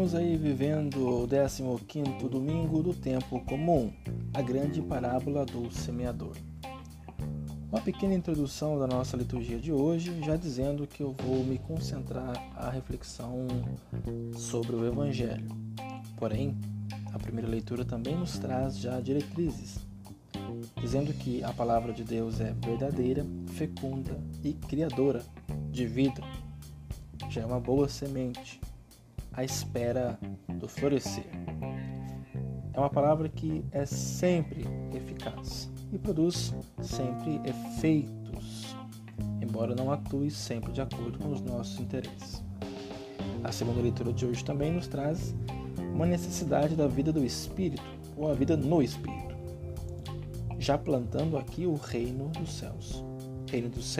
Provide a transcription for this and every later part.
Estamos aí vivendo o 15º domingo do tempo comum, a grande parábola do semeador. Uma pequena introdução da nossa liturgia de hoje, já dizendo que eu vou me concentrar à reflexão sobre o Evangelho. Porém, a primeira leitura também nos traz já diretrizes, dizendo que a palavra de Deus é verdadeira, fecunda e criadora de vida. Já é uma boa semente à espera do florescer. É uma palavra que é sempre eficaz e produz sempre efeitos, embora não atue sempre de acordo com os nossos interesses. A segunda leitura de hoje também nos traz uma necessidade da vida do Espírito, ou a vida no Espírito, já plantando aqui o reino dos céus. Reino dos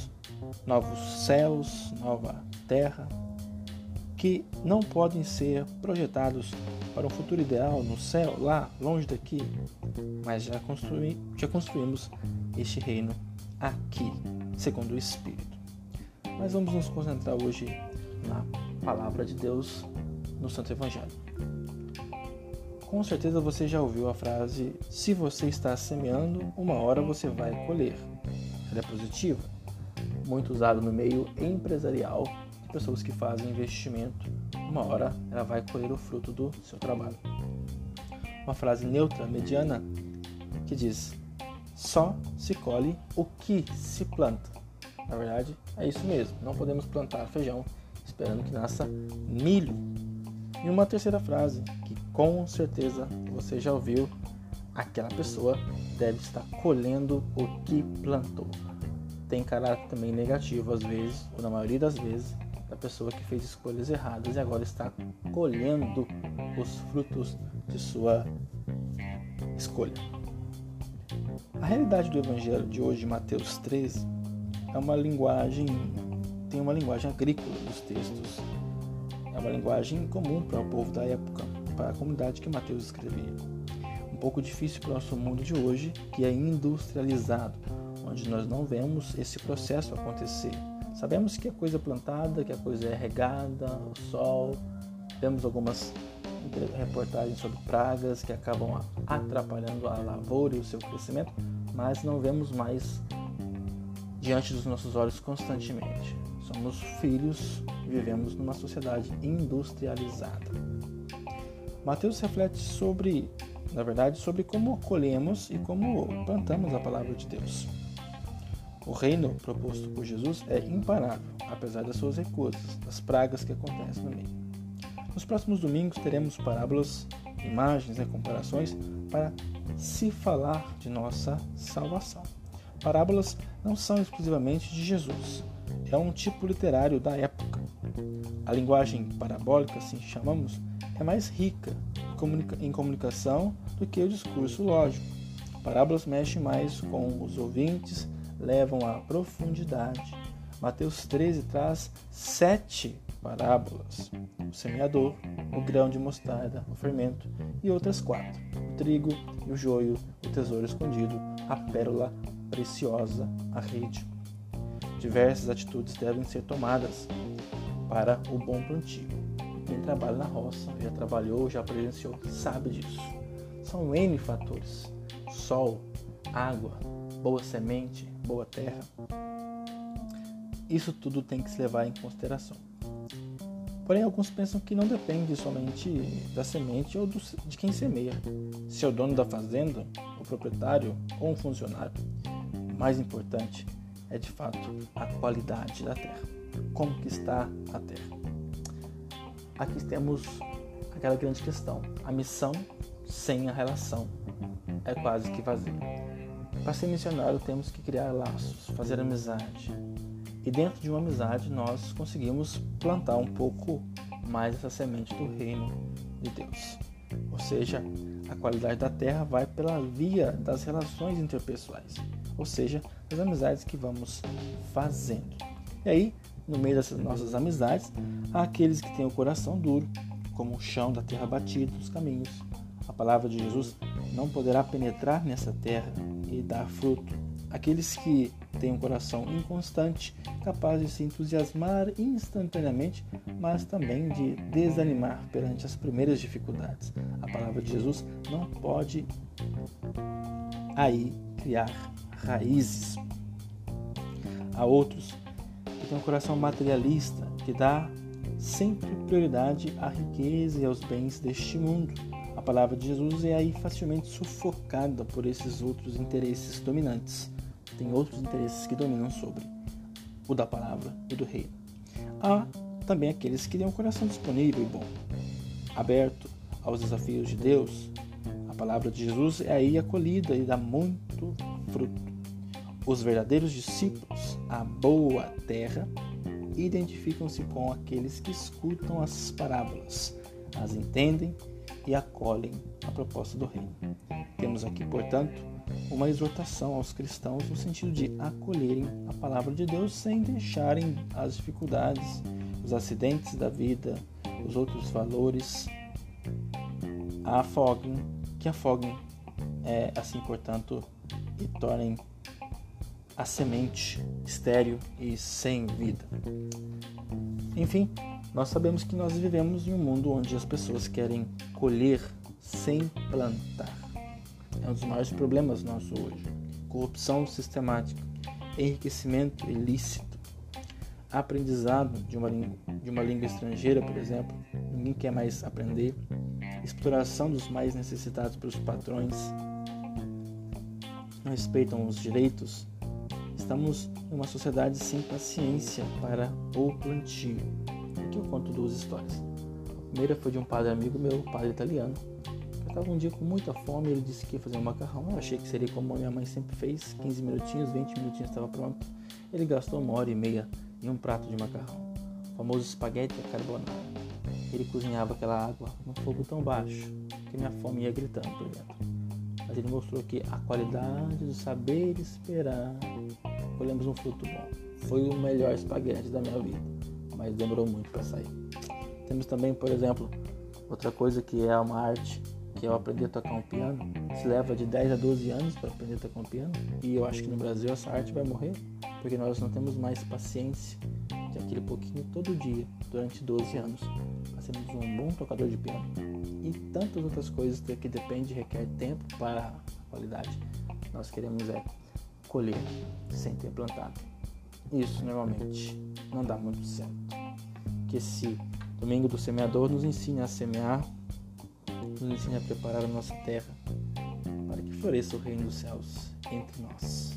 céus, nova terra, que não podem ser projetados para um futuro ideal no céu, lá, longe daqui, mas já construímos este reino aqui, segundo o Espírito. Mas vamos nos concentrar hoje na palavra de Deus no Santo Evangelho. Com certeza você já ouviu a frase: se você está semeando, uma hora você vai colher. Ela é positiva, muito usada no meio empresarial, de pessoas que fazem investimento. Uma hora ela vai colher o fruto do seu trabalho. Uma frase neutra, mediana, que diz: só se colhe o que se planta. Na verdade, é isso mesmo. Não podemos plantar feijão esperando que nasça milho. E uma terceira frase, que com certeza você já ouviu: aquela pessoa deve estar colhendo o que plantou. Tem caráter também negativo, às vezes, ou na maioria das vezes, da pessoa que fez escolhas erradas e agora está colhendo os frutos de sua escolha. A realidade do Evangelho de hoje, Mateus 13, tem uma linguagem agrícola dos textos. É uma linguagem comum para o povo da época, para a comunidade que Mateus escrevia. Um pouco difícil para o nosso mundo de hoje, que é industrializado, onde nós não vemos esse processo acontecer. Sabemos que a coisa é plantada, que a coisa é regada, o sol. Vemos algumas reportagens sobre pragas que acabam atrapalhando a lavoura e o seu crescimento, mas não vemos mais diante dos nossos olhos constantemente. Somos filhos e vivemos numa sociedade industrializada. Mateus reflete sobre como colhemos e como plantamos a palavra de Deus. O reino proposto por Jesus é imparável, apesar das suas recusas, das pragas que acontecem no meio. Nos próximos domingos teremos parábolas, imagens e comparações para se falar de nossa salvação. Parábolas não são exclusivamente de Jesus, é um tipo literário da época. A linguagem parabólica, assim chamamos, é mais rica em comunicação do que o discurso lógico. Parábolas mexem mais com os ouvintes, levam à profundidade. Mateus 13 traz 7 parábolas: o semeador, o grão de mostarda, o fermento, e outras 4: o trigo e o joio, o tesouro escondido, a pérola preciosa, a rede. Diversas atitudes devem ser tomadas para o bom plantio. Quem trabalha na roça, já trabalhou, já presenciou, sabe disso. São N fatores: sol, água, boa semente, boa terra. Isso tudo tem que se levar em consideração. Porém, alguns pensam que não depende somente da semente ou de quem semeia. Se é o dono da fazenda, o proprietário ou um funcionário. O mais importante é, de fato, a qualidade da terra. Como que está a terra? Aqui temos aquela grande questão: a missão sem a relação é quase que vazia. Para ser missionário temos que criar laços, fazer amizade. E dentro de uma amizade nós conseguimos plantar um pouco mais essa semente do reino de Deus. Ou seja, a qualidade da terra vai pela via das relações interpessoais, ou seja, das amizades que vamos fazendo. E aí, no meio dessas nossas amizades, há aqueles que têm o coração duro, como o chão da terra batida dos caminhos. A palavra de Jesus não poderá penetrar nessa terra e dar fruto. Aqueles que tem um coração inconstante, capaz de se entusiasmar instantaneamente, mas também de desanimar perante as primeiras dificuldades. A palavra de Jesus não pode aí criar raízes. Há outros que têm um coração materialista, que dá sempre prioridade à riqueza e aos bens deste mundo. A palavra de Jesus é aí facilmente sufocada por esses outros interesses dominantes. Tem outros interesses que dominam sobre o da palavra e do reino. Há também aqueles que têm um coração disponível e bom, aberto aos desafios de Deus. A palavra de Jesus é aí acolhida e dá muito fruto. Os verdadeiros discípulos, a boa terra, identificam-se com aqueles que escutam as parábolas, as entendem e acolhem a proposta do reino. Temos aqui, portanto, uma exortação aos cristãos no sentido de acolherem a palavra de Deus sem deixarem as dificuldades, os acidentes da vida, os outros valores que afoguem assim, portanto, e tornem a semente estéril e sem vida. Enfim, nós sabemos que nós vivemos em um mundo onde as pessoas querem colher sem plantar. É um dos maiores problemas nossos hoje. Corrupção sistemática, enriquecimento ilícito, aprendizado de uma língua estrangeira, por exemplo, ninguém quer mais aprender, exploração dos mais necessitados pelos patrões, não respeitam os direitos. Estamos em uma sociedade sem paciência para o plantio. Aqui eu conto duas histórias. A primeira foi de um padre amigo meu, padre italiano. Eu estava um dia com muita fome e ele disse que ia fazer um macarrão. Eu achei que seria como a minha mãe sempre fez, 15 minutinhos, 20 minutinhos estava pronto. Ele gastou 1h30 em um prato de macarrão, o famoso espaguete à carbonara. Ele cozinhava aquela água num fogo tão baixo que minha fome ia gritando por dentro. Mas ele mostrou que a qualidade do saber esperar, colhemos um fruto bom. Foi o melhor espaguete da minha vida, mas demorou muito para sair. Temos também, por exemplo, outra coisa que é uma arte, que é o aprender a tocar um piano. Se leva de 10 a 12 anos para aprender a tocar um piano, e eu acho que no Brasil essa arte vai morrer, porque nós não temos mais paciência de aquele pouquinho todo dia, durante 12 anos. Nós temos um bom tocador de piano. E tantas outras coisas que depende, requer tempo para a qualidade. Nós queremos colher sem ter plantado. Isso normalmente não dá muito certo. Que esse domingo do semeador nos ensine a semear, nos ensine a preparar a nossa terra para que floresça o reino dos céus entre nós.